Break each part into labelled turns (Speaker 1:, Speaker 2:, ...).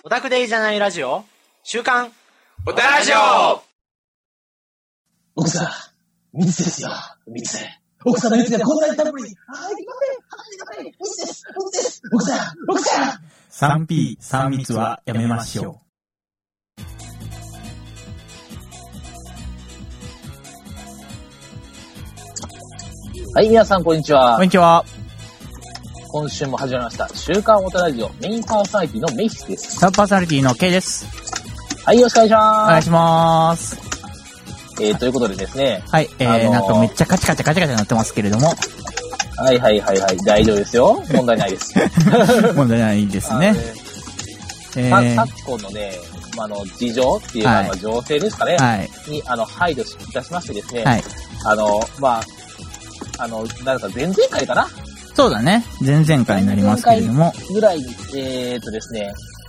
Speaker 1: オタクでいいじゃないラジオ週刊
Speaker 2: オタラジオ。
Speaker 3: 奥さん、水ですよ、水。奥さんの水がこんなにたっぷり。はい、水です、水です。奥さん。
Speaker 4: 3P、3密はやめましょ
Speaker 3: はい、皆さんこんにちは。
Speaker 4: こんにちは。
Speaker 3: 今週も始まりました。週刊オタラジオメインパーソナリティのメイシです。
Speaker 4: サブパーソナリティの K です。
Speaker 3: はい、よろしくお願いします。
Speaker 4: お願いします。
Speaker 3: ということでですね。
Speaker 4: はい、なんかめっちゃカチカチなってますけれども。
Speaker 3: はい、大丈夫ですよ。問題ないです。
Speaker 4: 問題ないですね。
Speaker 3: 昨今のね、事情っていうか、はい、情勢ですかね。はい。に、配慮いたしましてですね。はい。なんか前々回かな？
Speaker 4: そうだね。前々回になりますけれども。
Speaker 3: ぐらいに、ですね、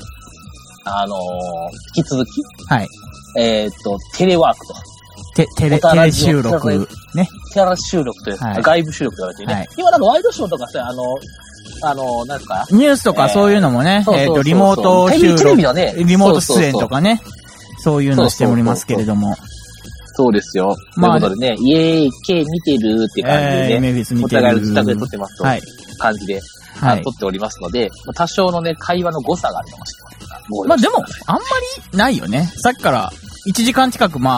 Speaker 3: 引き続き、はい。テレワークと。
Speaker 4: テレ収録ね。
Speaker 3: テレ収録というか、はい、外部収録と言われてね。はい、今なんかワイドショーとかさ、なんですか
Speaker 4: ニュースとかそういうのもね、リモート収録、テレビのね、リモート出演とかね、そういうのしておりますけれども。
Speaker 3: そうですよ。ということでね、イエーイ、K 見てるって感じでね、お互いの自宅で撮ってますと、感じで、撮っておりますので、多少のね、会話の誤差があるかもしれない。
Speaker 4: まあでも、あんまりないよね。さっきから1時間近く、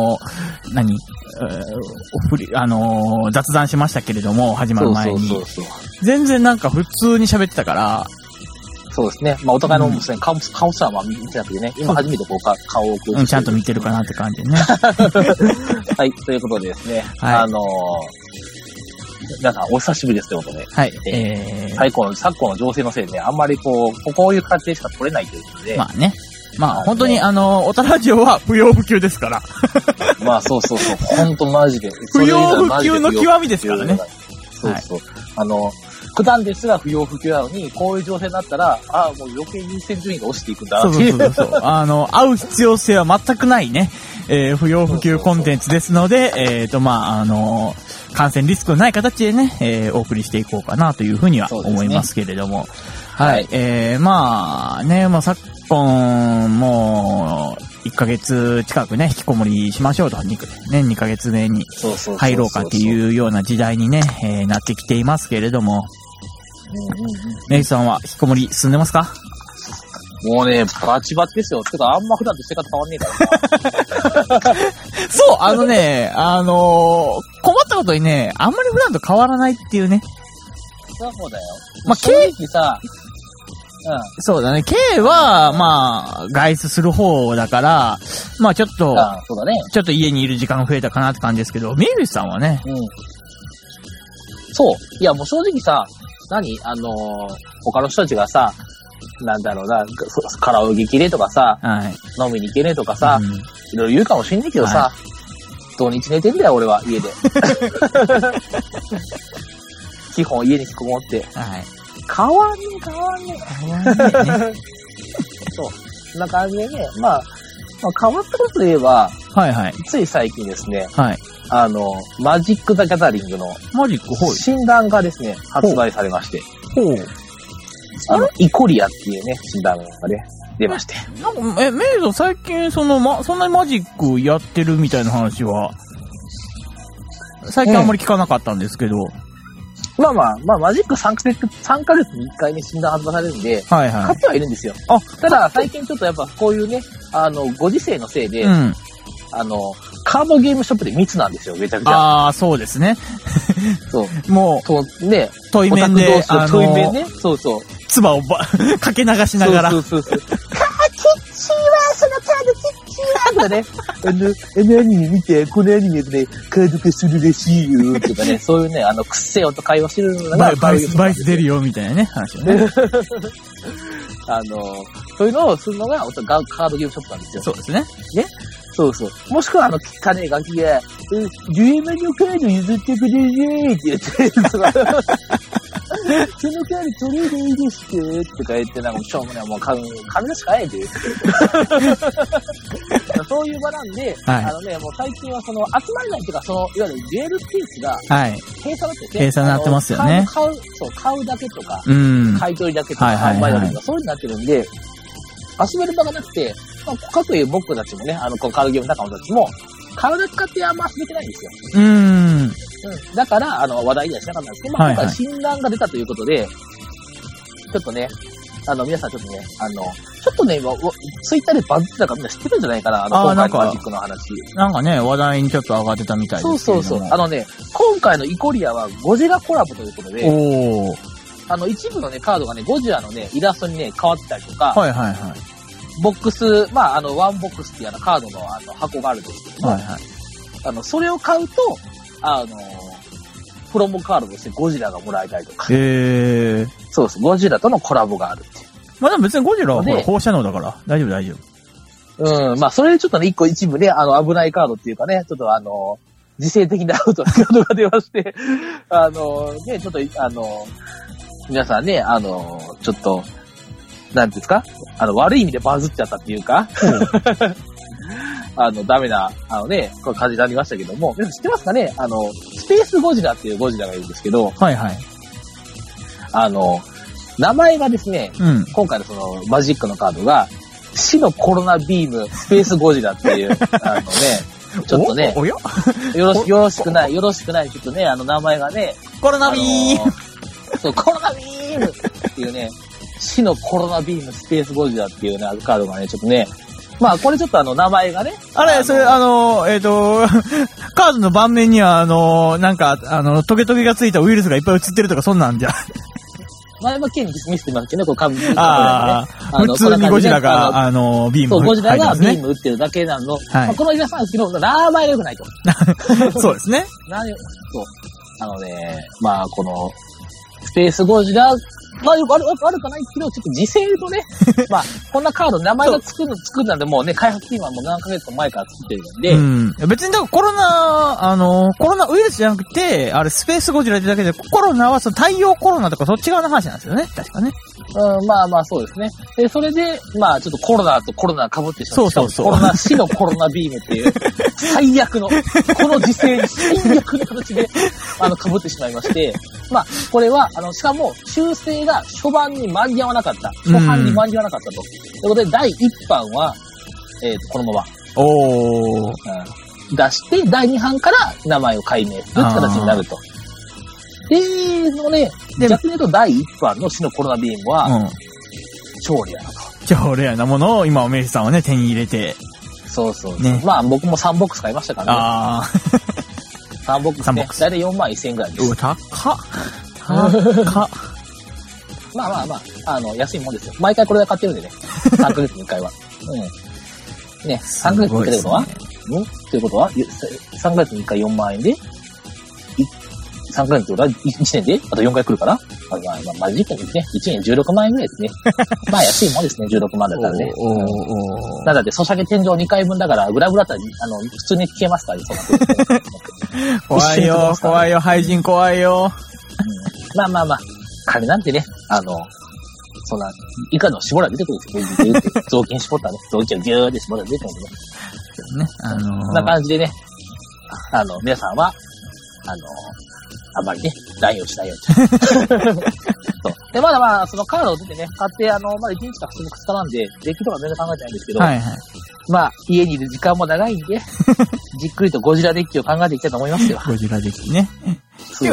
Speaker 4: 雑談しましたけれども、始まる前に。全然なんか普通に喋ってたから、
Speaker 3: そうですね。お互いのですね、顔すら見てなくてね、今初めてこう顔を
Speaker 4: ちゃんと見てるかなって感じでね。
Speaker 3: はい、ということでですね、はい、なんかお久しぶりですということで、はい、昨今の情勢のせいでね、あんまりこういう形でしか撮れないということで、
Speaker 4: まあね。本当にオタラジオは不要不急ですから。
Speaker 3: そう。本当マジで。
Speaker 4: 不要不急の極みですからね。
Speaker 3: そう。普段ですら不要不急なのに、こういう情勢になったら、もう余計優先順位が落ちていくんだっていう。
Speaker 4: そう。会う必要性は全くないね。不要不急コンテンツですので、感染リスクのない形でね、お送りしていこうかなというふうには思いますけれども。はい。昨今、もう、1ヶ月近くね、引きこもりしましょうと、2ヶ月目に入ろうかっていうような時代にね、なってきていますけれども、メイさんは引きこもり進んでますか？
Speaker 3: もうね、バチバチですよ。てか、あんま普段と生活変わんねえからさ。
Speaker 4: そう、困ったことにね、あんまり普段と変わらないっていうね。
Speaker 3: そうだよ。正直さ、
Speaker 4: そうだね。K は、外出する方だから、ちょっと、
Speaker 3: そうだね。
Speaker 4: ちょっと家にいる時間増えたかなって感じですけど、メイビスさんはね。
Speaker 3: そう。いや、もう正直さ、他の人たちがさ、カラオケ行けねとかさ、飲みに行けねとかさ、いろいろ言うかもしんないけどさ、土日寝てんだよ、俺は、家で。基本家に引きこもって。変わんねえ。そう。そんな感じでね、変わったことで言えば、つい最近ですね、マジック・ザ・ギャザリングの診断がですね、発売されまして、イコリアっていうね、診断がね、出まして。
Speaker 4: メイド最近そんなにマジックやってるみたいな話は、最近あんまり聞かなかったんですけど、
Speaker 3: マジック3ヶ月に1回ね、診断発売されるんで、買ってはいるんですよ。ただ、最近ちょっとやっぱこういうね、ご時世のせいで、カードゲームショップで密なんですよ、めちゃくちゃ。
Speaker 4: そうですね。
Speaker 3: そう。
Speaker 4: もう、ね、対面で、
Speaker 3: ね、そう。
Speaker 4: 唾をかけ流しながら。
Speaker 3: そう。キッチンは、そのカードキッチンはとかね、アニメ見て、このアニメでね、カード化するらしいよ、とかね、そういうね、くっせえよと会話してるのが、
Speaker 4: バイス出るよ、みたいなね、話ね。
Speaker 3: そういうのをするのが、カードゲームショップなんですよ。
Speaker 4: そうですね。
Speaker 3: ね。そう。もしくは汚ねえガキが、10万のカード譲ってくれるって言って、そのカード取れるいいですってとか言って、しょうもない、もう金出しかええで。そういう場なんで、もう最近は集まれないっていうか、いわゆるリアルスペースが、閉鎖
Speaker 4: になってますよね。
Speaker 3: 買うだけとか、買い取りだけとか、販売だけとか、そういうになってるんで、 遊べる場がなくて、まあ、かという僕たちもね、このカードゲーム仲間たちも、体使ってあんま遊べてないんですよ。だから、話題にはしなかったんですけど、まあ、今回診断が出たということで、ちょっとね、皆さんちょっとね、ちょっとね、今、ツイッターでバズってたからみんな知ってるんじゃないかな、今回のマジックの話。
Speaker 4: なんかね、話題にちょっと上がってたみたいですけども。
Speaker 3: そう。今回のイコリアはゴジラコラボということで、一部のね、カードがね、ゴジラのね、イラストにね、変わってたりとか、ボックス、まあ、ワンボックスっていうカードの箱があるんですけども、それを買うと、プロモカードとしてゴジラがもらえたりとか。そうです。ゴジラとのコラボがあるっていう。
Speaker 4: まあでも別にゴジラは放射能だから、大丈夫。
Speaker 3: まあそれでちょっとね、一部ね、危ないカードっていうかね、ちょっと自制的なアウトなカードが出まして、ね、ちょっと皆さんね、ちょっと、なんていうんですか悪い意味でバズっちゃったっていうか、ダメな、こう感じになりましたけども、皆さん知ってますかねスペースゴジラっていうゴジラがいるんですけど、名前がですね、今回のそのマジックのカードが、死のコロナビームスペースゴジラっていう、ちょっとね、よろしくない、ちょっとね、名前がね、
Speaker 4: コロナビーム
Speaker 3: そう、コロナビームっていうね、死のコロナビームスペースゴジラっていうね、カードがね、ちょっとね、まあ、これちょっと名前がね。
Speaker 4: それ、カードの盤面には、なんか、トゲトゲがついたウイルスがいっぱい映ってるとか、そんなんじゃ。
Speaker 3: 前も見せてますけどね、こう、
Speaker 4: 普通にゴジラが、ビーム、
Speaker 3: そう、ゴジラがビーム撃ってるだけなの。まあ、このイラストなんですけど、名前が良くないと。
Speaker 4: そうですね。
Speaker 3: そう。まあ、この、スペースゴジラ、まあ、悪くないけど、ちょっと時勢とね、まあ、こんなカード、名前が作るなんで、もうね、開発チームはもう何ヶ月も前から作ってるんで。
Speaker 4: 別にだからコロナウイルスじゃなくて、あれ、スペースゴジラってだけで、コロナはその太陽コロナとかそっち側の話なんですよね、確かね。
Speaker 3: まあ、そうですね。で、それで、まあ、ちょっとコロナとコロナ被ってしまって、
Speaker 4: そう。
Speaker 3: 死のコロナビームっていう、最悪の、この時勢に最悪の形で、被ってしまいまして、まあ、これは、しかも、修正が初版に間に合わなかった。初版に間に合わなかったと。ということで、第1版は、このまま。出して、第2版から名前を改名するって形になると。逆に言うと第1版の死のコロナビームは、超レアなと。
Speaker 4: 超レアなものを今、おめりさんはね、手に入れて。
Speaker 3: そう。ね、まあ、僕も3ボックス買いましたからね。3ボックスね。だいたい41,000円ぐらいです。
Speaker 4: 高っ。
Speaker 3: まあ、安いもんですよ。毎回これで買ってるんでね。3ヶ月に1回は。ね、3ヶ月に1回ってことはということは ?3 ヶ月に1回4万円で3ヶ月ってことは1年であと4回来るから、マジックですね。1年16万円ぐらいですね。まあ安いもんですね、16万だったらね。だって、ソシャゲ天井2回分だから、グラブだったら、普通に消えますからね、そんな
Speaker 4: 怖いよ、廃人怖いよ。
Speaker 3: まあ、金なんてね、そんな、いかの絞られ出てくるんですよ。雑巾絞ったらね、雑巾をギューって絞られ出てくるんですね。こんな感じでね、皆さんは、あんまりね、乱用しないように。そう。で、まだそのカードを出てね、買って、まだ1日か2日なんで、デッキとか全然考えてないんですけど、まあ、家にいる時間も長いんで、じっくりとゴジラデッキを考えていきたいと思いますよ。
Speaker 4: ゴジラデッキね。
Speaker 3: そう。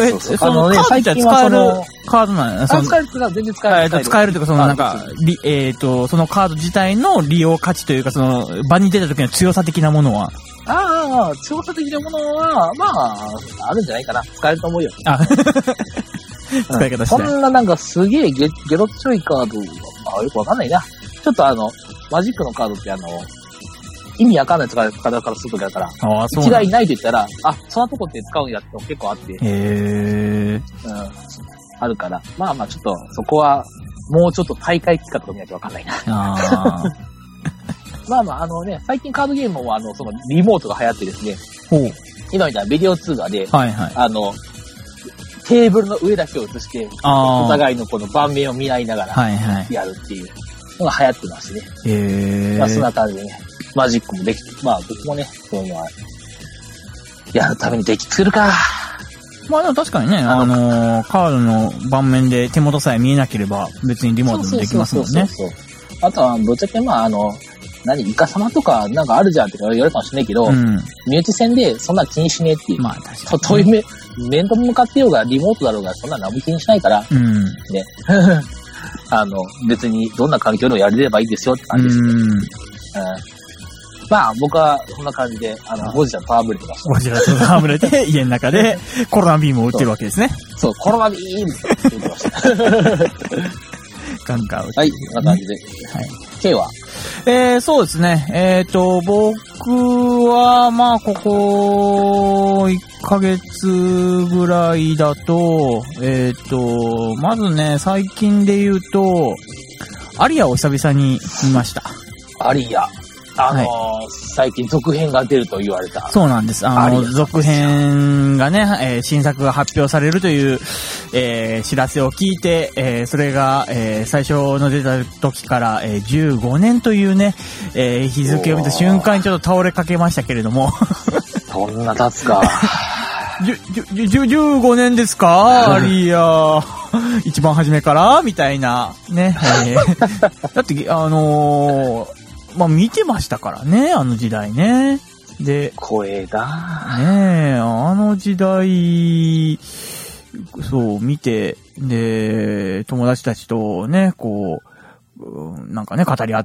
Speaker 3: 最近は
Speaker 4: 使えるカードなんや。
Speaker 3: 使えるとか全然使える。
Speaker 4: 使えるというか、そのなんか、そのカード自体の利用価値というか、その、場に出た時の強さ的なものは。
Speaker 3: 強さ的なものは、まあ、あるんじゃないかな。使えると思うよ。
Speaker 4: 使い方して。
Speaker 3: こんななんかすげえゲロっちょいカード、まあよくわかんないな。ちょっとマジックのカードって意味わかんない使い方からするときだから、一概ないと言ったら、そんなとこって使うんやっての結構あって。あるから。まあちょっと、そこは、もうちょっと大会企画とか見ないとわかんないな。最近カードゲームもそのリモートが流行ってですね。今みたいなビデオ通話で、テーブルの上だけを映して、お互いのこの盤面を見合いながら、やるっていうのが流行ってましてね。まあそんな感じでね、マジックもできて、まあ僕もね、そういうのは、やるためにできつるか。
Speaker 4: まあでも確かにね、カードの盤面で手元さえ見えなければ別にリモートもできますもんね。
Speaker 3: あとは、ぶっちゃけまあイカ様とかなんかあるじゃんって言われるかもしれないけど、身内戦でそんな気にしねえっていう。まあ確かに。遠い面と向かってようが、リモートだろうが、そんな何も気にしないから、ね。別にどんな環境でもやれればいいですよって感じですね。まあ、僕はそんな感じで、ゴジラと戯れてました。
Speaker 4: ゴジラと戯れて、家の中でコロナビームを打ってるわけですね。
Speaker 3: そう、コロナビームって打ってました。
Speaker 4: ガンガン打って。
Speaker 3: はい、こんな感じで。はい。K は
Speaker 4: そうですね。僕は、まあ、ここ、1ヶ月ぐらいだと、まずね、最近で言うと、アリアを久々に見ました。
Speaker 3: アリア。最近続編が出ると言われた。
Speaker 4: そうなんです。続編がね、新作が発表されるという、知らせを聞いて、それが、最初の出た時から、15年というね、日付を見た瞬間にちょっと倒れかけましたけれども。
Speaker 3: そんな経つか。
Speaker 4: 15年ですかアリア。一番初めからみたいな。ね。だって、まあ見てましたからね、あの時代ね。で、
Speaker 3: 声だ。
Speaker 4: ねえ、あの時代、そう、見て、で、友達たちとね、こう、なんかね、語り合って、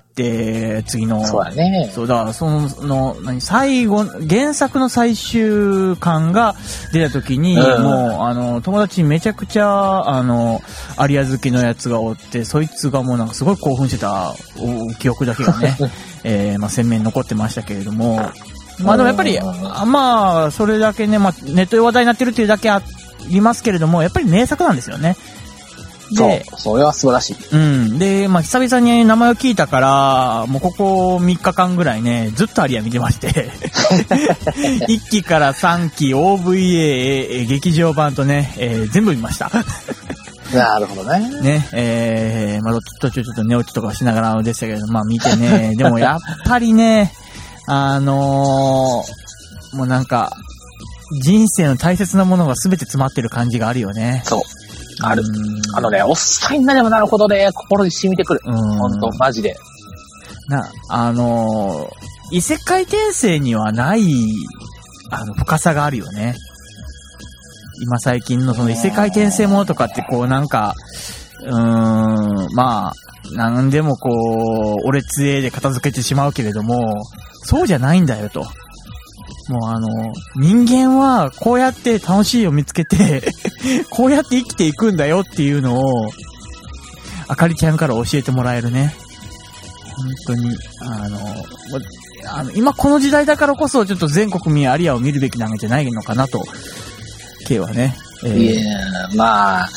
Speaker 4: 次の。
Speaker 3: そうだね。
Speaker 4: そうだ、最後、原作の最終巻が出た時に、もう、友達にめちゃくちゃ、アリア好きのやつがおって、そいつがもうなんかすごい興奮してた記憶だけがね、まあ、鮮明に残ってましたけれども、まあでもやっぱり、まあ、それだけね、まあ、ネットで話題になってるっていうだけありますけれども、やっぱり名作なんですよね。
Speaker 3: で、それは素晴らしい。
Speaker 4: で、まあ、久々に名前を聞いたから、もうここ3日間ぐらいね、ずっとアリア見てまして。1期から3期 OVA 劇場版とね、全部見ました。
Speaker 3: なるほどね。
Speaker 4: ね、まあ、途中ちょっと寝落ちとかしながらでしたけど、まあ見てね、でもやっぱりね、もうなんか、人生の大切なものが全て詰まってる感じがあるよね。
Speaker 3: そう。ある。おっさんになればなるほどね、心に染みてくる。ほんと、マジで。
Speaker 4: 異世界転生にはない、深さがあるよね。今最近のその異世界転生ものとかってこうなんか、まあ、なんでもこう、俺つえで片付けてしまうけれども、そうじゃないんだよと。もう人間はこうやって楽しいを見つけて、こうやって生きていくんだよっていうのを、あかりちゃんから教えてもらえるね。本当に、今この時代だからこそちょっと全国民アリアを見るべきなんじゃないのかなと、K はね。
Speaker 3: いやまあ、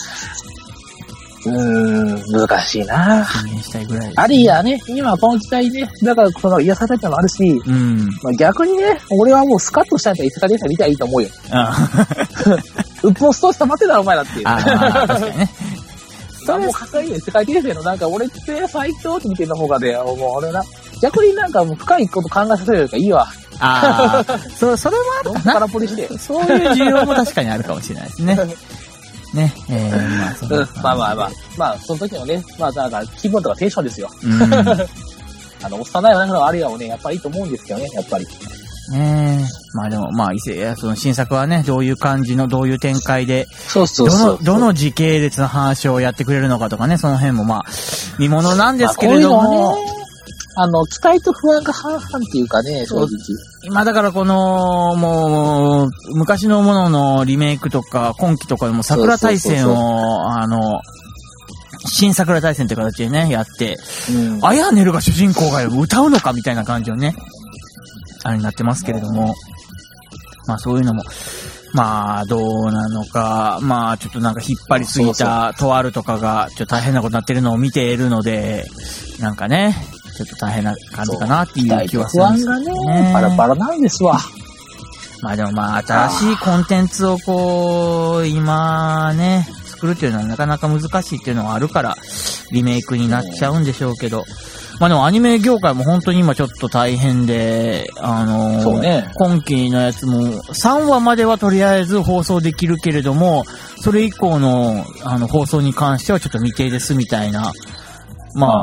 Speaker 3: 難しいな。
Speaker 4: したいぐらい、ね。
Speaker 3: アリアね、今この時代ね、だからその癒されたってのもあるし、まあ、逆にね、俺はもうスカッとしたんだったら異世界転生見たらいいと思うよ。うっぽうストレス溜まってたらお前だっていう。
Speaker 4: 確かにね。
Speaker 3: もうかっこいいね、世界転生のなんか俺って最強って見てるの方がね、もう俺な、逆になんかもう深いこと考えさせるよりかいいわ。
Speaker 4: それもあるかな。
Speaker 3: 空ポリして。
Speaker 4: そういう需要も確かにあるかもしれないですね。ね、
Speaker 3: まあ、その時のね、まあ、なんか、気分とかテンションですよ。幼いようなアリアをね、やっぱりいいと思うんですけどね、やっぱり。
Speaker 4: まあでも、まあ、その新作はね、どういう感じの、どういう展開で、どの時系列の話をやってくれるのかとかね、その辺もまあ、見ものなんですけれども、
Speaker 3: 期待と不安が半々っていうかね、正直。
Speaker 4: 今だからこの、もう、昔のもののリメイクとか、今期とかでも桜大戦を、新桜大戦って形でね、やって、あやねるが主人公が歌うのかみたいな感じのね、あれになってますけれども、まあそういうのも、まあどうなのか、まあちょっとなんか引っ張りすぎたとあるとかが、ちょっと大変なことになってるのを見ているので、なんかね、ちょっと大変な感じかなっていう気はするんですけどね。
Speaker 3: 不安がね、バラバラなんですわ。
Speaker 4: まあでもまあ新しいコンテンツをこう、今ね、作るっていうのはなかなか難しいっていうのはあるから、リメイクになっちゃうんでしょうけど、まあでもアニメ業界も本当に今ちょっと大変で、
Speaker 3: そうね、
Speaker 4: 今期のやつも3話まではとりあえず放送できるけれども、それ以降の放送に関してはちょっと未定ですみたいな、まあ、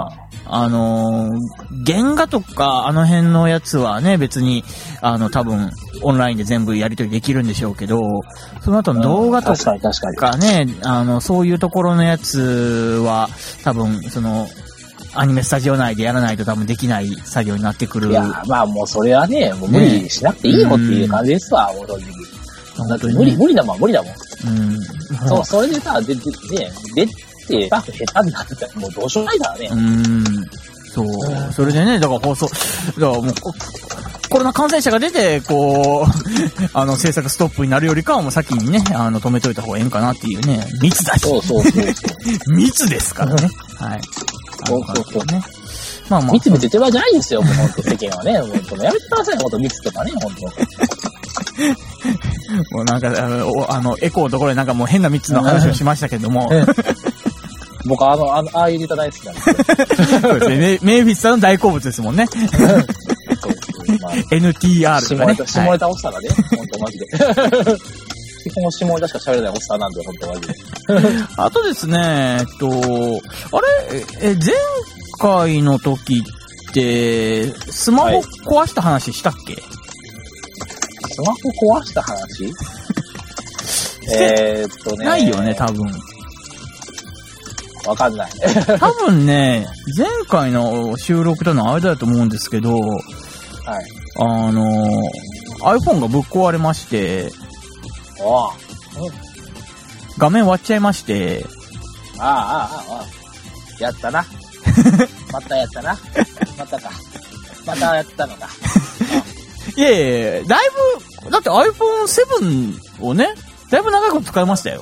Speaker 4: 原画とかあの辺のやつはね、別に、多分、オンラインで全部やり取りできるんでしょうけど、その後の動画とかね、そういうところのやつは、多分、アニメスタジオ内でやらないと多分できない作業になってくる。
Speaker 3: いや、まあもうそれはね、もう無理しなくていいよっていう感じですわ、もう正直。だって無理だもん。それでさ、出て、スタッフ下手になってたらもうどうしようもないからね。
Speaker 4: そう。それでね、だからだからもう、コロナ感染者が出て、制作ストップになるよりかはもう先にね、止めといた方がいいんかなっていうね、密だし。
Speaker 3: そう。
Speaker 4: 密ですからね。はい。
Speaker 3: そう。
Speaker 4: ね。まあ。
Speaker 3: 密言ってるわけじゃないですよ、もうほんと世間はね。もうやめてください、ほんと密とかね、ほんと。
Speaker 4: もうなんか、エコーのところでなんかもう変な密の話をしましたけども。
Speaker 3: 僕ああいうネタ大好きなんですよ。
Speaker 4: そうですね。メイフィスさんの大好物ですもんね。NTR とかね。
Speaker 3: 下ネタおっさんがね、ほんとマジで。基本下ネタしか喋れないおっさんなんで、ほんとマジで。
Speaker 4: あとですね、あれ、前回の時って、スマホ壊した話したっけ？
Speaker 3: スマホ壊した話ね。
Speaker 4: ないよね、多分。
Speaker 3: わかんない。
Speaker 4: 多分ね、前回の収録との間だと思うんですけど、
Speaker 3: はい。
Speaker 4: iPhone がぶっ壊れまして、画面割っちゃいまして、
Speaker 3: やったな。またやったな。またやったのか。
Speaker 4: いや、だいぶ、だって iPhone7 をね、だいぶ長く使いましたよ。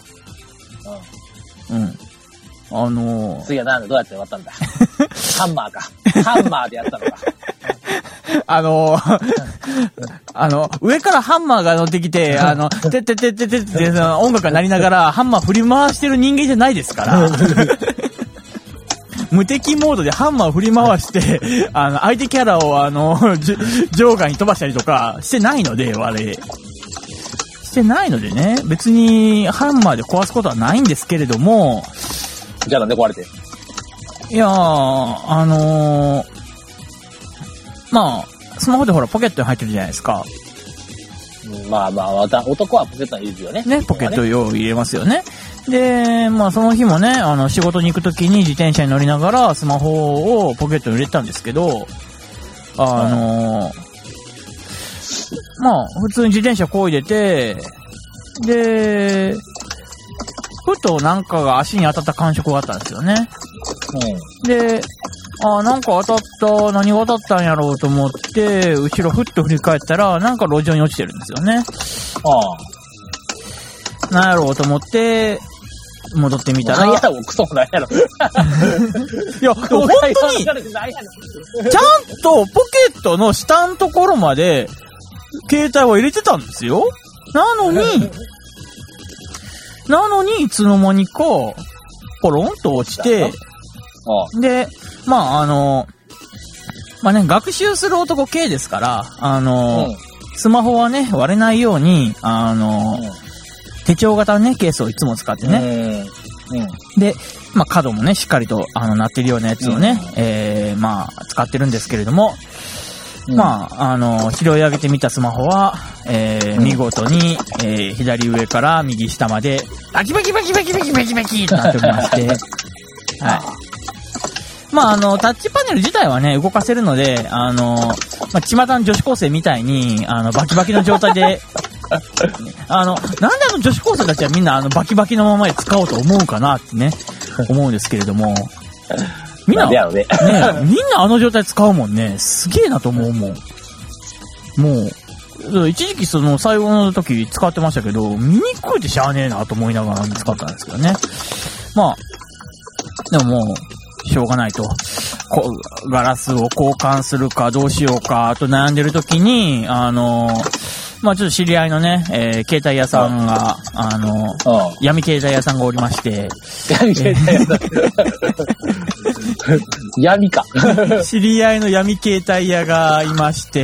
Speaker 3: 次はどうやって終わったんだハンマーか。ハンマーでやったのか。
Speaker 4: 上からハンマーが乗ってきて、てって音楽が鳴りながら、ハンマー振り回してる人間じゃないですから。無敵モードでハンマーを振り回して、相手キャラを場外に飛ばしたりとかしてないので、してないのでね、別にハンマーで壊すことはないんですけれども、
Speaker 3: じゃあなんで壊れて？
Speaker 4: いやー、まあ、スマホでほらポケットに入ってるじゃないですか。
Speaker 3: まあ、男はポケットに入れるよね。
Speaker 4: ね、ポケットを入れますよね。で、まあその日もね、仕事に行くときに自転車に乗りながらスマホをポケットに入れてたんですけど、まあ普通に自転車漕いでて、で、ふとなんかが足に当たった感触があったんですよね。で、なんか当たった、何が当たったんやろうと思って、後ろふっと振り返ったら、なんか路上に落ちてるんですよね。なんやろうと思って、戻ってみたら。
Speaker 3: なんやろ、クソもなんやろ。い
Speaker 4: や、本当に、ちゃんとポケットの下のところまで、携帯を入れてたんですよ。なのに、いつの間にか、ポロンと落ちて、で、まあね、学習する男系ですから、スマホはね、割れないように、手帳型のね、ケースをいつも使ってね。で、まあ角もね、しっかりと、なってるようなやつをね、まあ、使ってるんですけれども、まあ、拾い上げてみたスマホは、見事に、左上から右下まで、バキバキバキバキバキバキバキとなっておりまして、はい。まあ、タッチパネル自体はね、動かせるので、まあ、巷の女子高生みたいに、バキバキの状態で、なんで女子高生たちはみんなバキバキのままで使おうと思うかなってね、思うんですけれども、みんな、ね、みんな状態使うもんね。すげえなと思うもん。もう、一時期最後の時使ってましたけど、見にくいってしゃあねえなと思いながら使ったんですけどね。まあ、でももう、しょうがないと。ガラスを交換するかどうしようかと悩んでる時に、まあちょっと知り合いのね、携帯屋さんが、闇携帯屋さんがおりまして。
Speaker 3: 闇携帯屋さん闇か。
Speaker 4: 知り合いの闇携帯屋がいまして、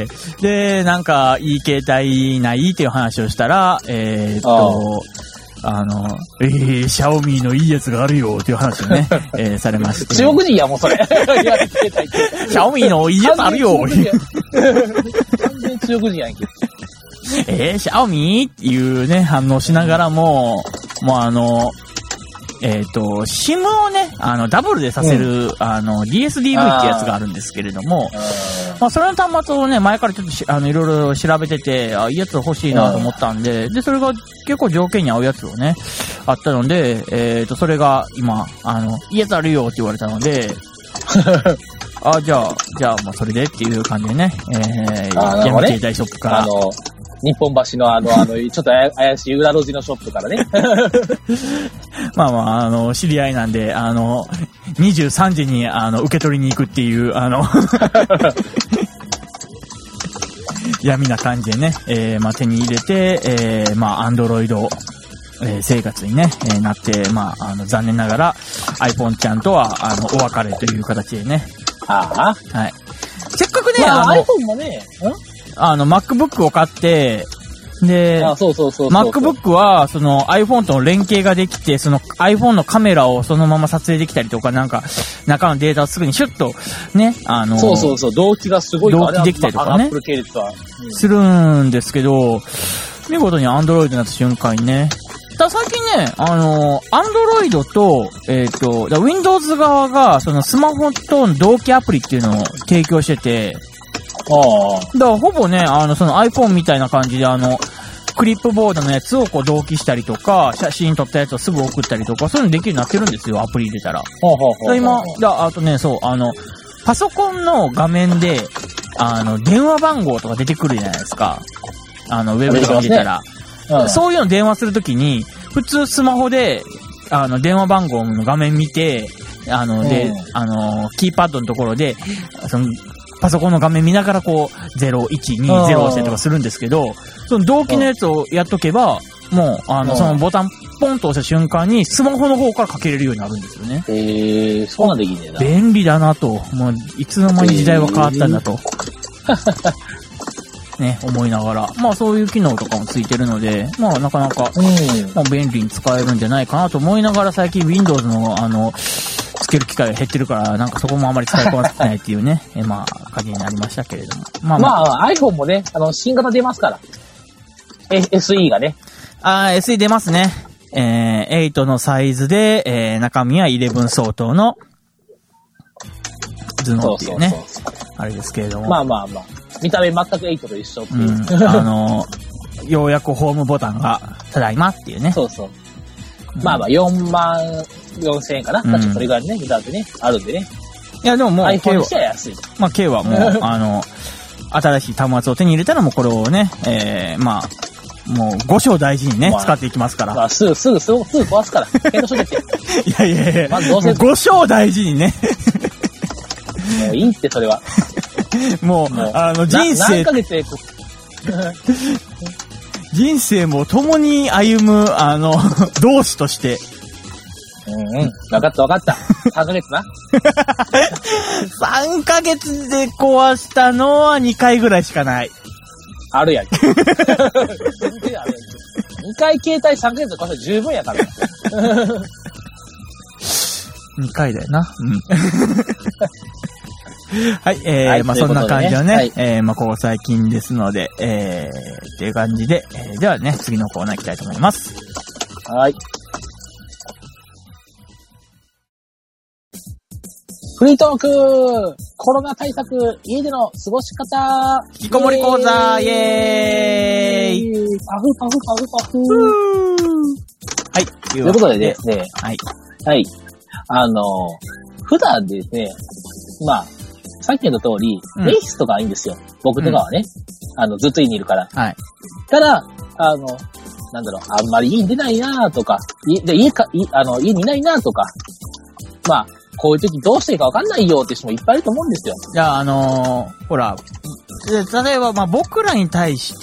Speaker 4: で、なんか、いい携帯ないっていう話をしたら、 シャオミのいいやつがあるよっていう話をね、されまして。
Speaker 3: 中国人やもん、それ。シ
Speaker 4: ャオミのいいやつあるよ
Speaker 3: 完全中国人やんけ。
Speaker 4: シャオミっていうね、反応しながらも、もうSIM をね、ダブルでさせる、DSDV ってやつがあるんですけれども、それの端末をね、前からちょっといろいろ調べてて、いいやつ欲しいなと思ったんで、で、それが結構条件に合うやつをね、あったので、それが今、いいやつあるよって言われたので、じゃあ、もうそれでっていう感じでね、闇携帯ショップから、
Speaker 3: 日本橋のちょっと怪しい裏路地のショップからね。
Speaker 4: 知り合いなんで、23時に、受け取りに行くっていう、闇な感じでね、手に入れて、アンドロイド、生活にね、なって、残念ながら iPhone ちゃんとは、お別れという形でね。はい。せっかくね、
Speaker 3: iPhone もね、
Speaker 4: MacBook を買って、で、MacBook は、その iPhone との連携ができて、その iPhone のカメラをそのまま撮影できたりとか、なんか、中のデータをすぐにシュッと、ね、
Speaker 3: 同期がすごい
Speaker 4: 同期できたりとかね、するんですけど、見事に Android になった瞬間にね、最近ね、Android と、Windows 側が、そのスマホとの同期アプリっていうのを提供してて、だからほぼね、その iPhone みたいな感じでクリップボードのやつをこう同期したりとか、写真撮ったやつをすぐ送ったりとか、そういうのできるようになってるんですよ、アプリ入れたら。今、あとね、パソコンの画面で、電話番号とか出てくるじゃないですか。ウェブとか入れたら。そういうの電話するときに、普通スマホで、電話番号の画面見て、キーパッドのところで、パソコンの画面見ながらこう、0、1、2、0をしてとかするんですけど、その同期のやつをやっとけば、もう、そのボタンポンと押した瞬間に、スマホの方からかけれるようになるんですよね。
Speaker 3: そうなんできねえな。
Speaker 4: 便利だなと。もう、いつの間に時代は変わったんだと。ね、思いながら。そういう機能とかもついてるので、なかなか、便利に使えるんじゃないかなと思いながら、最近 Windows の、つける機会が減ってるから、なんかそこもあまり使いこなせないっていうね、感じになりましたけれども。
Speaker 3: iPhone もね、新型出ますから。SE がね。
Speaker 4: SE 出ますね。8のサイズで、中身は11相当の頭脳っていうね。あれですけれども。
Speaker 3: 見た目全く8と一緒っていう。
Speaker 4: ようやくホームボタンが、ただいまっていうね。
Speaker 3: 44,000円かな、確かそれぐらいね、値段でね、あるんでね。
Speaker 4: いや、でももう、
Speaker 3: iPhone にしては安い。
Speaker 4: K はもう、新しい端末を手に入れたらもうこれをね、もう5章大事にね、使っていきますから。
Speaker 3: すぐ壊すから。検討しといて。
Speaker 4: いや。まずどうせ。5章大事にね。
Speaker 3: もういいって、それは。
Speaker 4: もう、人生。
Speaker 3: 何ヶ月で
Speaker 4: 人生も共に歩む、同志として。
Speaker 3: わかった。3ヶ月な。
Speaker 4: 3ヶ月で壊したのは2回ぐらいしかない。
Speaker 3: あるやん。2回携帯3ヶ月で壊したら十分やから。
Speaker 4: 2回だよな。はい、そんな感じのね、ここ最近ですので、っていう感じで、ではね、次のコーナー行きたいと思います。
Speaker 3: はい。フリートークコロナ対策家での過ごし方
Speaker 4: 引きこもり講座イエーイ
Speaker 3: パフ
Speaker 4: はい。
Speaker 3: ということでですね。
Speaker 4: はい。
Speaker 3: はい。普段ですね、さっきの通り、レースとかはいいんですよ。僕とかはね。ずっと家にいるから。
Speaker 4: はい。
Speaker 3: ただ、あんまり家に出ないなぁとか、家にいないなぁとか、こういう時どうしていいか分かんないよって人もいっぱいいると思うんですよ。
Speaker 4: いや、ほら、例えば、僕らに対して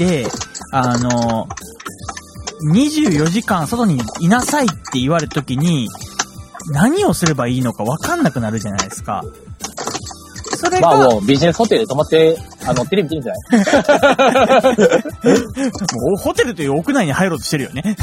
Speaker 4: 、24時間外にいなさいって言われた時に、何をすればいいのか分かんなくなるじゃないですか。 それが。
Speaker 3: まあもうビジネスホテルで泊まって、テレビ見てるんじゃない？
Speaker 4: もうホテルという屋内に入ろうとしてるよね。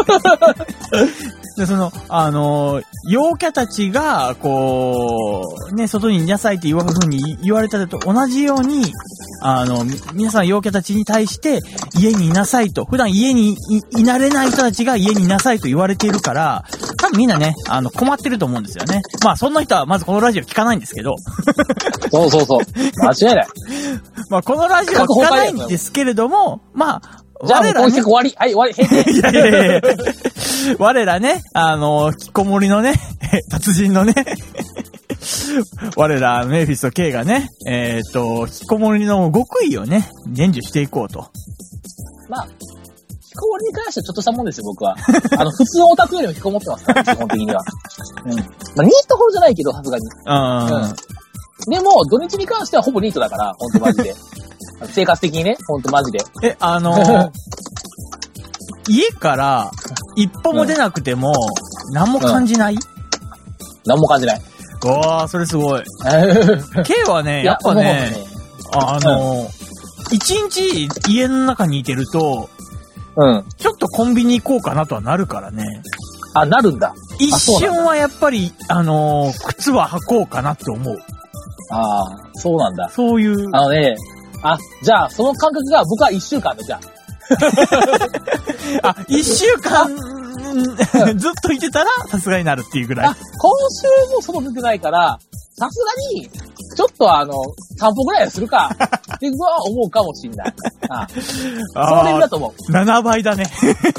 Speaker 4: で、陽キャたちが、こう、ね、外にいなさいっていう風に言われたのと同じように、皆さん陽キャたちに対して家にいなさいと、普段家にいなれない人たちが家にいなさいと言われているから、多分みんなね、困ってると思うんですよね。まあ、そんな人はまずこのラジオ聞かないんですけど。
Speaker 3: そうそうそう。間違いない。
Speaker 4: まあ、このラジオは聞かないんですけれども、まあ、
Speaker 3: じゃあもうこうして終わり。はい、終わり。閉店。
Speaker 4: いや。我らね、引きこもりのね、達人のね、我らメイフィスと K がね、引きこもりの極意をね、伝授していこうと。
Speaker 3: まあ、引きこもりに関してはちょっとしたもんですよ、僕は。普通のオタクよりも引きこもってますから、基本的には。うん。まあ、ニートほどじゃないけど、さすがに。うん。でも、土日に関してはほぼニートだから、ほんとマジで。生活的にね、ほんとマジで。
Speaker 4: 家から一歩も出なくても、何も感じない？
Speaker 3: 何も感じない。
Speaker 4: うわー、それすごい。K はね、やっぱね、一日家の中にいてると、ちょっとコンビニ行こうかなとはなるからね。
Speaker 3: あ、なるんだ。
Speaker 4: 一瞬はやっぱり、靴は履こうかなって思う。
Speaker 3: ああ、そうなんだ。
Speaker 4: そういう。
Speaker 3: じゃあ、その感覚が僕は1週間で、じゃ
Speaker 4: あ。1週間、ずっといてたら、さすがになるっていうぐらい。
Speaker 3: 今週も外出てないから、さすがに、ちょっと散歩ぐらいはするか、っていうのは思うかもしんない。それだと思う。
Speaker 4: 7倍だね。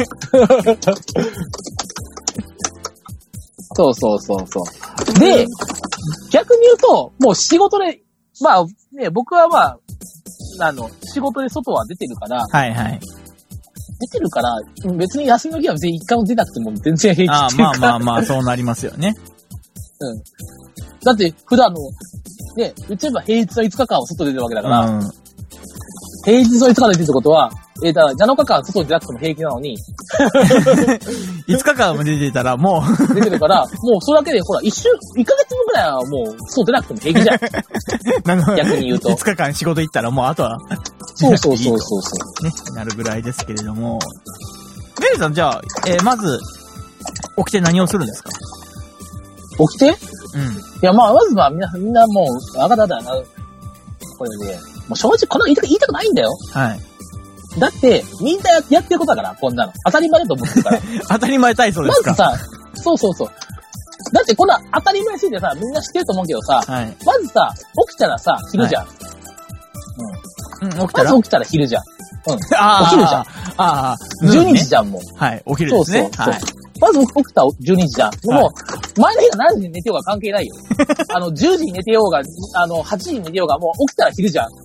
Speaker 3: そう。で、逆に言うと、もう仕事で、まあね、僕はまあ、仕事で外は出てるから、
Speaker 4: はいはい。
Speaker 3: 出てるから、別に休みの日は別に一回も出なくても全然平気っていうか。
Speaker 4: まあ、そうなりますよね。
Speaker 3: うん。だって、普段の、ね、言っちゃえば平日の5日間は外出てるわけだから、平日の5日間出てるってことは、だから7日間外出なくても平気なのに、
Speaker 4: 5日間も出てたらも
Speaker 3: う、出てるから、もうそれだけで、ほら、1ヶ月分くらいはもう、外出なくても平気じゃん。逆に言うと。
Speaker 4: 5日間仕事行ったらもうあとは、
Speaker 3: そう。ね、
Speaker 4: なるぐらいですけれども。メリーさん、じゃあ、まず、起きて何をするんですか？
Speaker 3: 起きて？いや、まずはみんなもう、わかったな。これね、もう正直こんなの言いたくないんだよ。
Speaker 4: はい。
Speaker 3: だって、みんなやってることだから、こんなの。当たり前だと思ってるから。
Speaker 4: 当たり前体操ですか？
Speaker 3: まずさ、そう。だってこんな当たり前すぎてさ、みんな知ってると思うけどさ、まずさ、起きたらさ、昼じゃん。
Speaker 4: 起きたら？
Speaker 3: まず起きたら昼じゃん。起きるじゃん。12時じゃん、もう。
Speaker 4: はい、起きるですね。
Speaker 3: そう。まず起きたら12時じゃん。もう、前の日が何時に寝てようが関係ないよ。10時に寝てようが、8時に寝てようが、もう起きたら昼じゃん。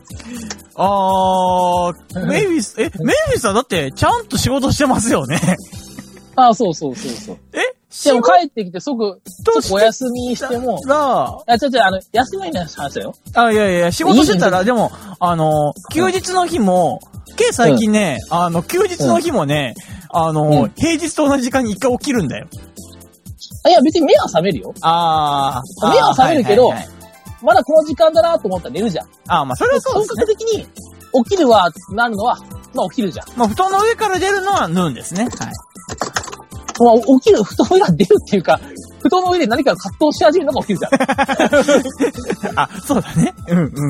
Speaker 4: メイフィスさんだってちゃんと仕事してますよね。
Speaker 3: そう。でも帰ってきて即お休みしても。休みの話だよ。
Speaker 4: いや、仕事してたら、でも、休日の日も、最近ね、休日の日もね、平日と同じ時間に一回起きるんだよ。
Speaker 3: いや、別に目は覚めるよ。目は覚めるけど、まだこの時間だなと思ったら寝るじゃん。
Speaker 4: まあ、それはそうですね。
Speaker 3: 本格的に、起きるわ、なるのは、まあ起きるじゃん。
Speaker 4: まあ、布団の上から出るのはヌーンですね。はい。
Speaker 3: まあ、布団の上から出るっていうか、布団の上で何か葛藤し始めるのが起きるじ
Speaker 4: ゃん。そうだね。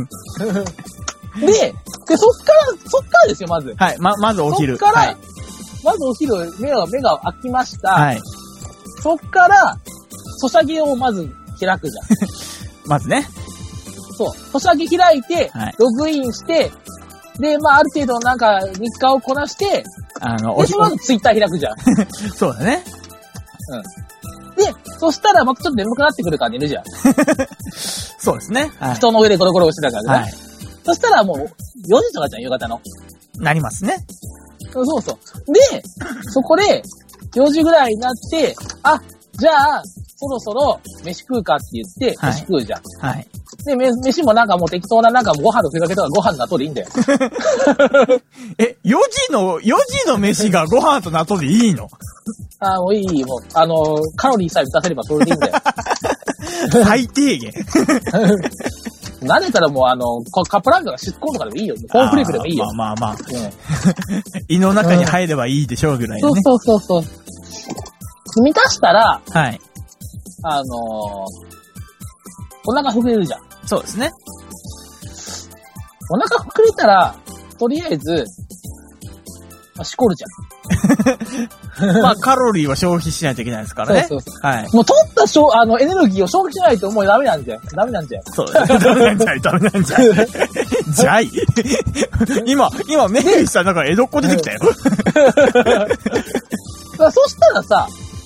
Speaker 3: で、そっからですよ、まず。
Speaker 4: はい、まず起きる。
Speaker 3: そっから、まずお昼、目が開きました。
Speaker 4: はい。
Speaker 3: そっから、ソシャゲをまず開くじゃん。
Speaker 4: まずね。
Speaker 3: そう。ソシャゲ開いて、ログインして、で、まあ、ある程度なんか、日課をこなして、で、その後ツイッター開くじゃん。
Speaker 4: そうだね。
Speaker 3: で、そしたらまたちょっと眠くなってくるから寝るじゃん。
Speaker 4: そうですね。
Speaker 3: 布団の上でゴロゴロしてたからね。はい。そしたらもう、4時とかじゃん、夕方の。
Speaker 4: なりますね。
Speaker 3: そう。で、そこで、4時ぐらいになって、じゃあ、そろそろ飯食うかって言って、飯食うじゃん。
Speaker 4: はい。
Speaker 3: で、飯もなんかもう適当ななんかご飯のふりかけとかご飯納豆でいいんだよ。
Speaker 4: 4時の飯がご飯と納豆でいいの？
Speaker 3: もういい、もう、カロリーさえ満たせればそれでいいんだよ。
Speaker 4: 最低限。
Speaker 3: なんでたらもうカップラーメンとかシッコーンとかでもいいよ。コーンフレークでもいいよ。
Speaker 4: まあ。胃の中に入ればいいでしょうぐらいのね。
Speaker 3: そう。満たしたら、
Speaker 4: はい。
Speaker 3: お腹膨れるじゃん。
Speaker 4: そうですね。
Speaker 3: お腹膨れたら、とりあえず、しこるじゃん。
Speaker 4: まあ、カロリーは消費しないといけないですからね。
Speaker 3: そう。
Speaker 4: はい。
Speaker 3: もう取ったエネルギーを消費しないともうダメなんじゃん。
Speaker 4: そう。ダメなんじゃい。じゃい。今、メイビーさんなんか江戸っ子出てきたよ。
Speaker 3: そしたらさ、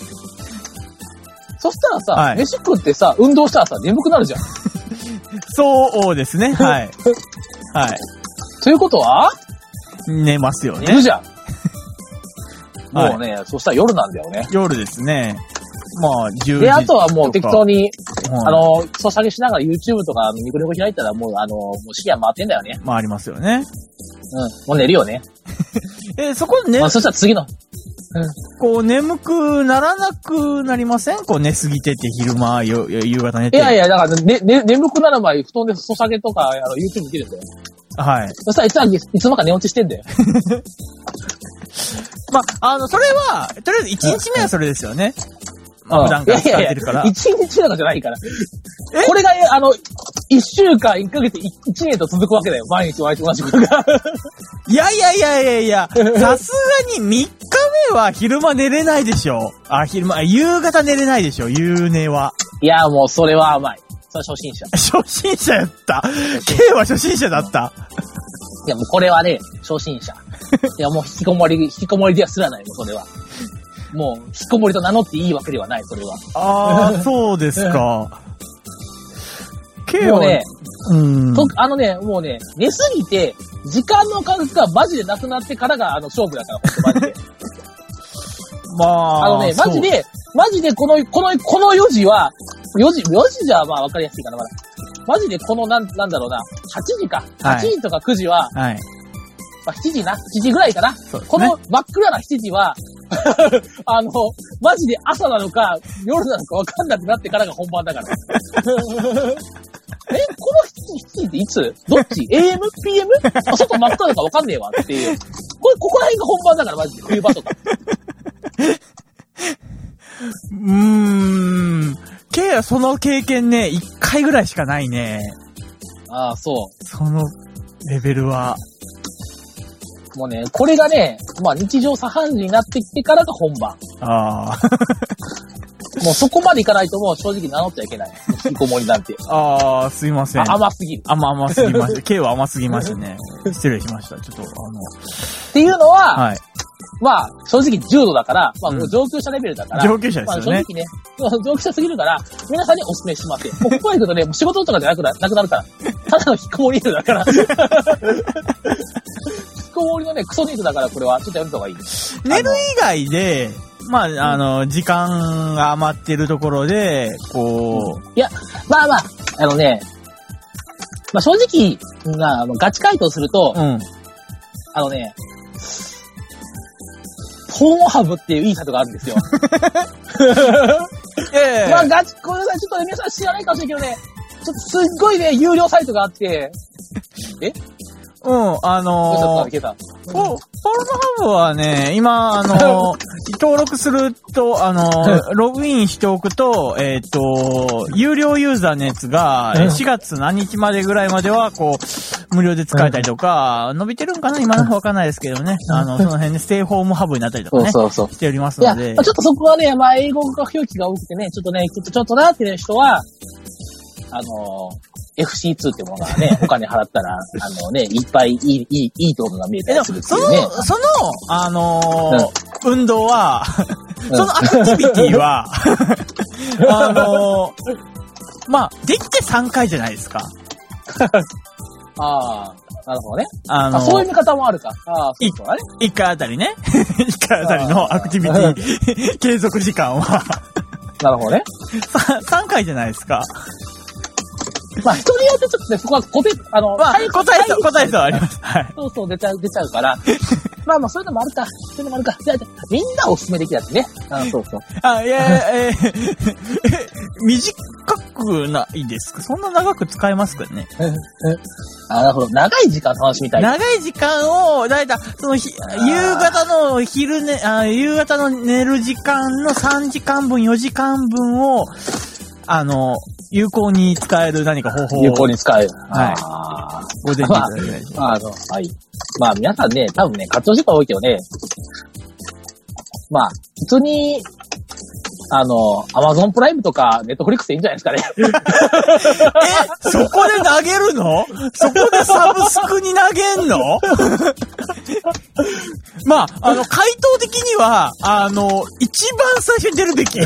Speaker 3: はい、飯食ってさ、運動したらさ、眠くなるじゃん。
Speaker 4: そうですね。はい。はい。
Speaker 3: ということは
Speaker 4: 寝ますよね。
Speaker 3: 寝るじゃん。もうね、そしたら夜なんだよね。
Speaker 4: 夜ですね。まあ、10時。
Speaker 3: で、あとはもう適当に、ソシャゲしながら YouTube とかニコニコ開いたらもう視野回ってんだよね。
Speaker 4: 回りますよね。
Speaker 3: もう寝るよね。
Speaker 4: そこで
Speaker 3: そしたら次の。
Speaker 4: こう、眠くならなくなりません？こう、寝すぎてて夕方寝て。
Speaker 3: いや、だから眠くなる前、布団でソシャゲとかYouTube 見てるんだよ。はい。そしたらいつもか寝落ちしてんだよ。
Speaker 4: まあ、それは、とりあえず1日目はそれですよね。普段から使ってるから。
Speaker 3: 1日とかじゃないから。これが、1週間、1ヶ月、1年と続くわけだよ。毎日同じことが。
Speaker 4: いや。さすがに3日目は昼間寝れないでしょ。夕方寝れないでしょ。夕寝は。
Speaker 3: いや、もうそれは甘い。それは初心者。
Speaker 4: 初心者やった。K は初心者だった。
Speaker 3: いや、もうこれはね、初心者。いや、もう引きこもりではすらないもん、それは。もう、引きこもりと名乗っていいわけではない、それは。
Speaker 4: ああ、そうですか。
Speaker 3: K はね、もうね、寝すぎて、時間の感覚がマジでなくなってからが、勝負だから、ほんとマジで。
Speaker 4: まあ、
Speaker 3: マジでこの4時は、4時じゃまあ分かりやすいかな、まだ。マジでこのなんだろうな、8時か。8時とか9時は、はい。まあ、7時な。7時ぐらいかな。ね、この真っ暗な7時は、マジで朝なのか、夜なのか分かんなくなってからが本番だから。この7時っていつどっち ?AM?PM? 外真っ暗だか分かんねえわっていう。ここら辺が本番だから、マジで。冬場とか。
Speaker 4: K はその経験ね、1回ぐらいしかないね。
Speaker 3: ああ、そう。
Speaker 4: そのレベルは。
Speaker 3: もうね、これがね、まあ日常茶飯事になってきてからが本番。
Speaker 4: ああ。
Speaker 3: もうそこまでいかないともう正直名乗っちゃいけない。引きこもりなんて。
Speaker 4: ああ、すいません。
Speaker 3: 甘すぎる。
Speaker 4: 甘すぎました。K は甘すぎましたね。失礼しました。ちょっと
Speaker 3: っていうのは、はい。まあ、正直重度だから、まあ、上級者レベルだから。
Speaker 4: 上級者ですよね。
Speaker 3: まあ、正直ね、上級者すぎるから、皆さんにお勧めしません。もうここへ行くとね、仕事とかじゃなくなるから。ただの引きこもりだから。引きこもりのね、クソニーズだから、これは。ちょっとやめた方がいい。
Speaker 4: 寝る以外で、まあ、時間が余ってるところで、こう。
Speaker 3: いや、まあ、正直、ガチ回答すると、ホームハブっていういいサイトがあるんですよ。まあ、ごめんなさい、ちょっとね、皆さん知らないかもしれないけどね、ちょっとすっごいね、有料サイトがあって、ポルノハ
Speaker 4: ブはね、今、登録すると、ログインしておくと、有料ユーザーのやつが、4月何日までぐらいまでは、こう、無料で使えたりとか、伸びてるんかな今のわかんないですけどね。その辺でステイホームハブになったりとかね。しておりますので。
Speaker 3: いや、ちょっとそこはね、まあ、英語が表記が多くてね、ちょっとなっていう人は、FC2 ってものがね、お金払ったら、いっぱいいい動画が見えたりするっていうね。
Speaker 4: その、運動は、そのアクティビティは、まあ、できて3回じゃないですか。
Speaker 3: ああ、なるほどね。そういう見方もあるか。ああ、そうだね。
Speaker 4: 1回あたりね。1回あたりのアクティビティ、継続時間は。
Speaker 3: なるほどね。
Speaker 4: 3回じゃないですか。
Speaker 3: まあ、人によってちょっとね、そこは答
Speaker 4: えそうあります。はい。
Speaker 3: そう、出ちゃうから。まあ、そういうのもあるか。じゃあ、みんなおすすめできるやつね。そう。
Speaker 4: 短くないですか？そんな長く使えますかね？
Speaker 3: なるほど。長い時間楽しみたい。
Speaker 4: 長い時間を、だいたい、夕方の夕方の寝る時間の3時間分、4時間分を、有効に使える何か方法を。
Speaker 3: 有効に使える。
Speaker 4: はい。ごぜんいただきたい。
Speaker 3: はい。まあ皆さんね、多分ね、活動時間多いけどね、まあ、普通に、Amazon プライムとか、Netflix でいいんじゃないですかね。
Speaker 4: そこで投げるの？そこでサブスクに投げんの？まあ、回答的には、一番最初に出るべき。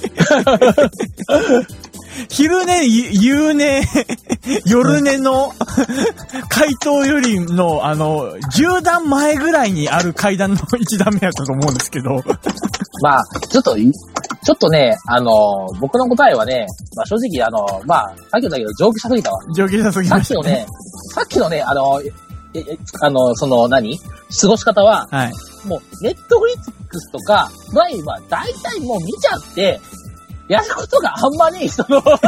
Speaker 4: 昼寝、夕寝、夜寝の回答よりの、10段前ぐらいにある階段の1段目やったと思うんですけど。
Speaker 3: まあ、ちょっとね、僕の答えはね、まあ正直まあ、さっき言ったけど、上級者すぎたわ。
Speaker 4: 上級者すぎました。
Speaker 3: さっきのね、過ごし方は、はい、もう、ネットフリックスとか、プライムは大体もう見ちゃって、やることがあんまり、過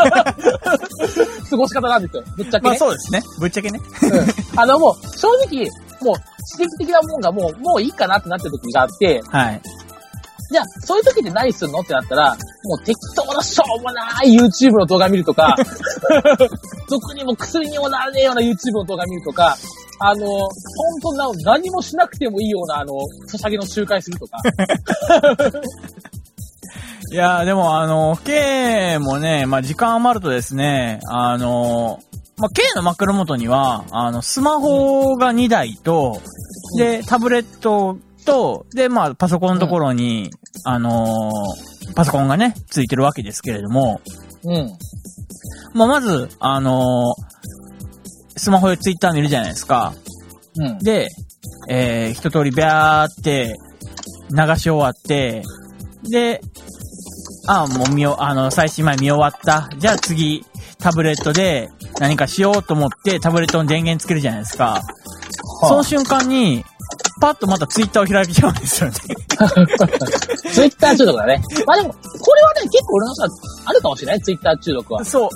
Speaker 3: ごし方なんですよ。ぶっちゃけね。
Speaker 4: まあそうですね。ぶっちゃけね。
Speaker 3: うん。もう、正直、もう、刺激的なもんがもういいかなってなってる時があって、はい。じゃあ、そういう時って何するのってなったら、もう適当なしょうもない YouTube の動画見るとか、毒にも薬にもならねえような YouTube の動画見るとか、本当な、何もしなくてもいいような、ソシャゲの周回するとか。
Speaker 4: いやー、でもK もね、まあ、時間余るとですね、まあ、K の枕元には、スマホが2台と、で、タブレットと、で、まあ、パソコンのところに、パソコンがね、ついてるわけですけれども、うん。まあ、まず、スマホでツイッター見るじゃないですか。うん。で、一通りビャーって流し終わって、で、もう最新前見終わった。じゃあ次、タブレットで何かしようと思って、タブレットの電源つけるじゃないですか。はあ、その瞬間に、パッとまたツイッターを開けちゃうんですよね。
Speaker 3: ツイッター中毒だね。まあでも、これはね、結構俺のさ、あるかもしれない、ツイッター中毒は。
Speaker 4: そう、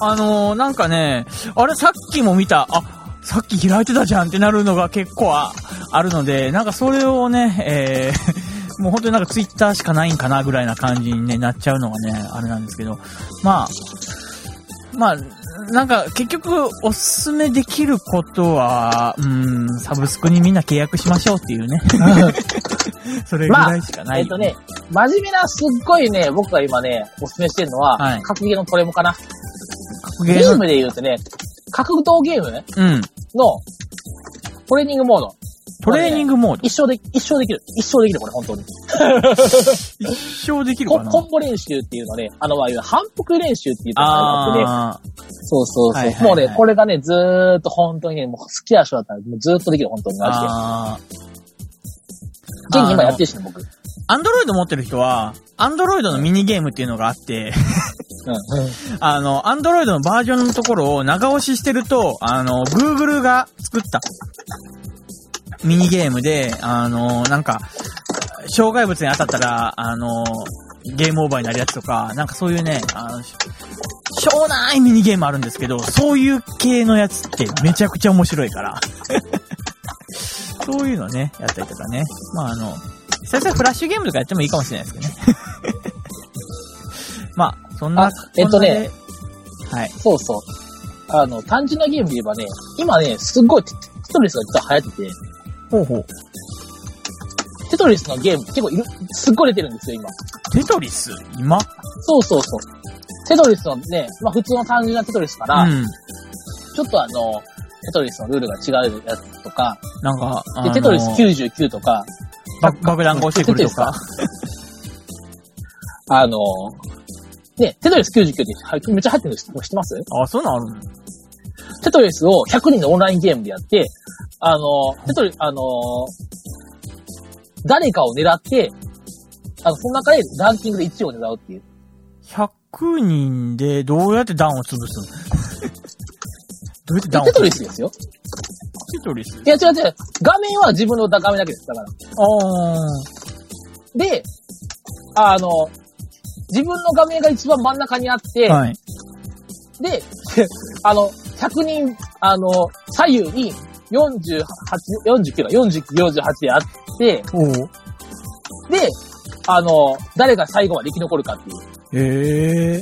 Speaker 4: なんかね、あれさっきも見た、さっき開いてたじゃんってなるのが結構あるので、なんかそれをね、もう本当になんかツイッターしかないんかなぐらいな感じに、ね、なっちゃうのがね、あれなんですけど。まあ、なんか結局おすすめできることは、サブスクにみんな契約しましょうっていうね。それぐらいしかない。
Speaker 3: 真面目なすっごいね、僕が今ね、おすすめしてるのは、はい、格ゲーのトレモかな。ゲームで言うとね、格闘ゲームね、のトレーニングモード。
Speaker 4: トレーニングモード、
Speaker 3: 一生できる、これ、本当に。
Speaker 4: 一生できるかな。
Speaker 3: コンボ練習っていうのね、反復練習っていうのがあってね。そうそうそう、はいはいはい。もうね、これがね、ずーっと本当にね、もう好きな人だったら、もうずーっとできる、本当にマジで。現に今やってるしね、僕。
Speaker 4: アンドロイド持ってる人は、アンドロイドのミニゲームっていうのがあって、アンドロイドのバージョンのところを長押ししてると、Google が作ったミニゲームで、なんか、障害物に当たったら、ゲームオーバーになるやつとか、なんかそういうね、しょうもないミニゲームあるんですけど、そういう系のやつってめちゃくちゃ面白いから。そういうのね、やったりとかね。まあ最初はフラッシュゲームとかやってもいいかもしれないですけどね。まあ、そんな。はい。
Speaker 3: そうそう。単純なゲームで言えばね、今ね、すっごいテトリスが実は流行ってて。ほうほう。テトリスのゲーム結構すっごい出てるんですよ、今。
Speaker 4: テトリス今？
Speaker 3: そうそうそう。テトリスのね、まあ普通の単純なテトリスから、ちょっとテトリスのルールが違うやつとか、
Speaker 4: なんか、
Speaker 3: でテトリス99とか、
Speaker 4: 爆弾が落ちてくるとか。
Speaker 3: ね、テトリス99ってめっちゃ入ってるの知ってます？
Speaker 4: そうなのあるの？
Speaker 3: テトリスを100人のオンラインゲームでやって、誰かを狙って、その中でランキングで1位を狙うっていう。
Speaker 4: 100人でどうやって弾を潰すの？どうやって弾を潰すの？
Speaker 3: テトリスですよ。
Speaker 4: テトリス？
Speaker 3: いや違う。画面は自分の画面だけです。だから。で、自分の画面が一番真ん中にあって、はい、 で、100人、左右に49、48であって、で、誰が最後まで生き残るかっていう。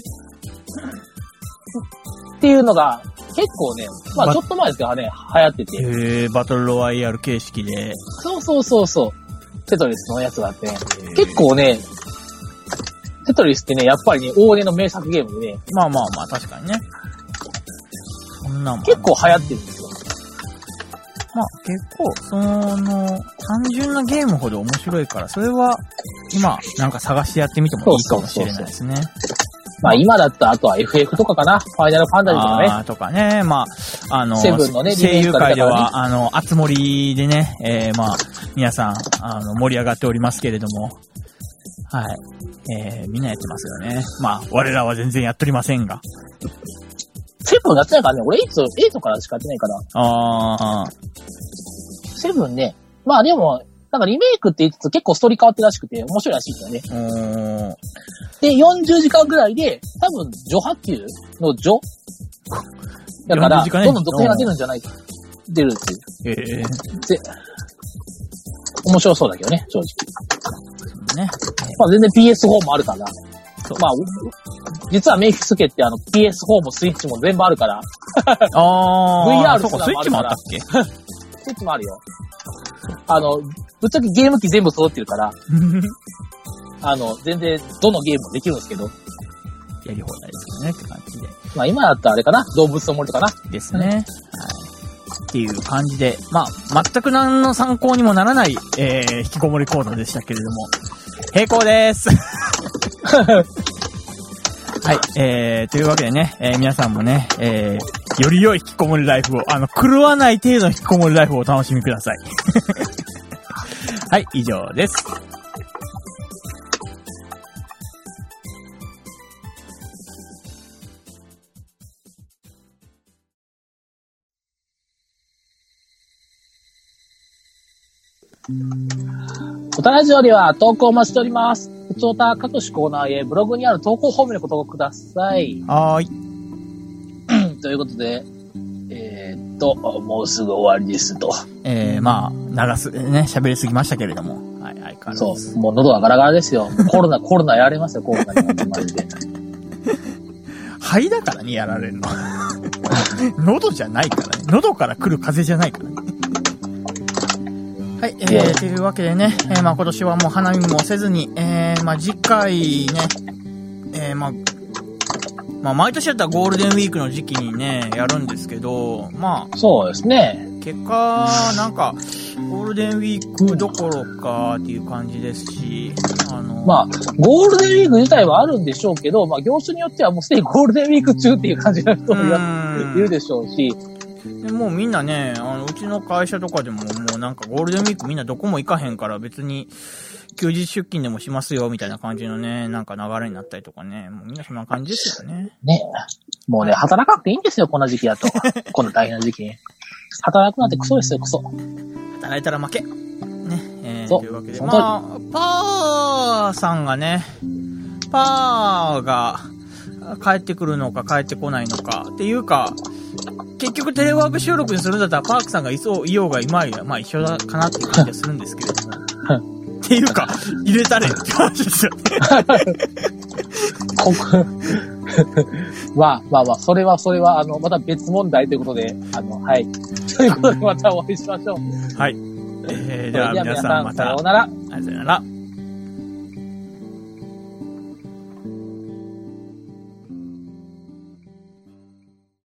Speaker 3: っていうのが、結構ね、まあちょっと前ですけどね、流行ってて。
Speaker 4: バトルロワイヤル形式で。
Speaker 3: そう。テトリスのやつがあって、ね、結構ね、テトリスってね、やっぱりね、往年の名作ゲームでね。
Speaker 4: まあ、確かにね。そんなもん。
Speaker 3: 結構流行ってるんですよ。
Speaker 4: まあ結構、単純なゲームほど面白いから、それは、今、なんか探してやってみてもいいかもしれないですね。
Speaker 3: まあ今だったらあとは FF とかかな。ファイナルファンタジーとかね。
Speaker 4: とかね。まあ、
Speaker 3: セブンのね、
Speaker 4: 声優界では、あつ森でね、まあ、皆さん、盛り上がっておりますけれども。はい。みんなやってますよね。まあ、我らは全然やっておりませんが。
Speaker 3: セブンやってないからね。俺8からしかやってないから。セブンね。まあでも、なんかリメイクって言いつつ結構ストーリー変わってるらしくて面白いらしいですよね。で、40時間ぐらいで、多分、序波級の序だから、どんどん続編が出るんじゃない出るっていう。面白そうだけどね、正直。ね。まあ全然 PS4 もあるから。まあ、実はメイフィスケって PS4 もスイッチも全部あるから。VR
Speaker 4: そうか、スイッチもあったっけ
Speaker 3: スイッチもあるよ。ぶっちゃけゲーム機全部揃ってるから。全然、どのゲームもできるんですけど。
Speaker 4: やり放題ですよねって感じで。
Speaker 3: まあ今だったらあれかな、動物の森とかな。
Speaker 4: ですね。はい。っていう感じで、まあ、全く何の参考にもならない、引きこもりコードでしたけれども、並行です。はい、というわけでね、皆さんもね、より良い引きこもりライフを、狂わない程度の引きこもりライフをお楽しみください。はい、以上です。
Speaker 3: おたラジオでは投稿をお待ちしております。ふつおた各種コーナーへブログにある投稿フォームにご投稿ください。
Speaker 4: はー
Speaker 3: い。ということで、もうすぐ終わりですと。
Speaker 4: まあ、喋りすぎましたけれども。はい、相変わらず。
Speaker 3: そう、もう喉はガラガラですよ。コロナやられますよ、コロナにマジで。
Speaker 4: 肺だからね、やられるの。喉じゃないからね。喉から来る風じゃないからね。はい、というわけでね、まあ今年はもう花見もせずに、まあ次回ね、まあ毎年やったらゴールデンウィークの時期にね、やるんですけど、まあ。
Speaker 3: そうですね。
Speaker 4: 結果、なんか、ゴールデンウィークどころかっていう感じですし、
Speaker 3: まあ、ゴールデンウィーク自体はあるんでしょうけど、まあ業種によってはもうすでにゴールデンウィーク中っていう感じの人もいるでしょうし、
Speaker 4: でもうみんなね、うちの会社とかでももうなんかゴールデンウィークみんなどこも行かへんから別に休日出勤でもしますよみたいな感じのね、なんか流れになったりとかね、もうみんなそんな感じですよね。
Speaker 3: ね。もうね、働かなくていいんですよ、こんな時期だと。こんな大変な時期に。働くなんてクソですよ、クソ。
Speaker 4: 働いたら負け。ね。
Speaker 3: そう。
Speaker 4: というわけで、まあ、パーさんがね、パーが帰ってくるのか帰ってこないのかっていうか、結局テレワーク収録にするんだったらパークさんがいようがいまいが、まあ一緒だかなっていう感じがするんですけれども。っていうか、入れたれって話ですよね。まあ、それは、また別問題ということで、はい。ということでまたお会いしましょう。 はい。では皆さんまた。
Speaker 3: さようなら。
Speaker 4: さようなら。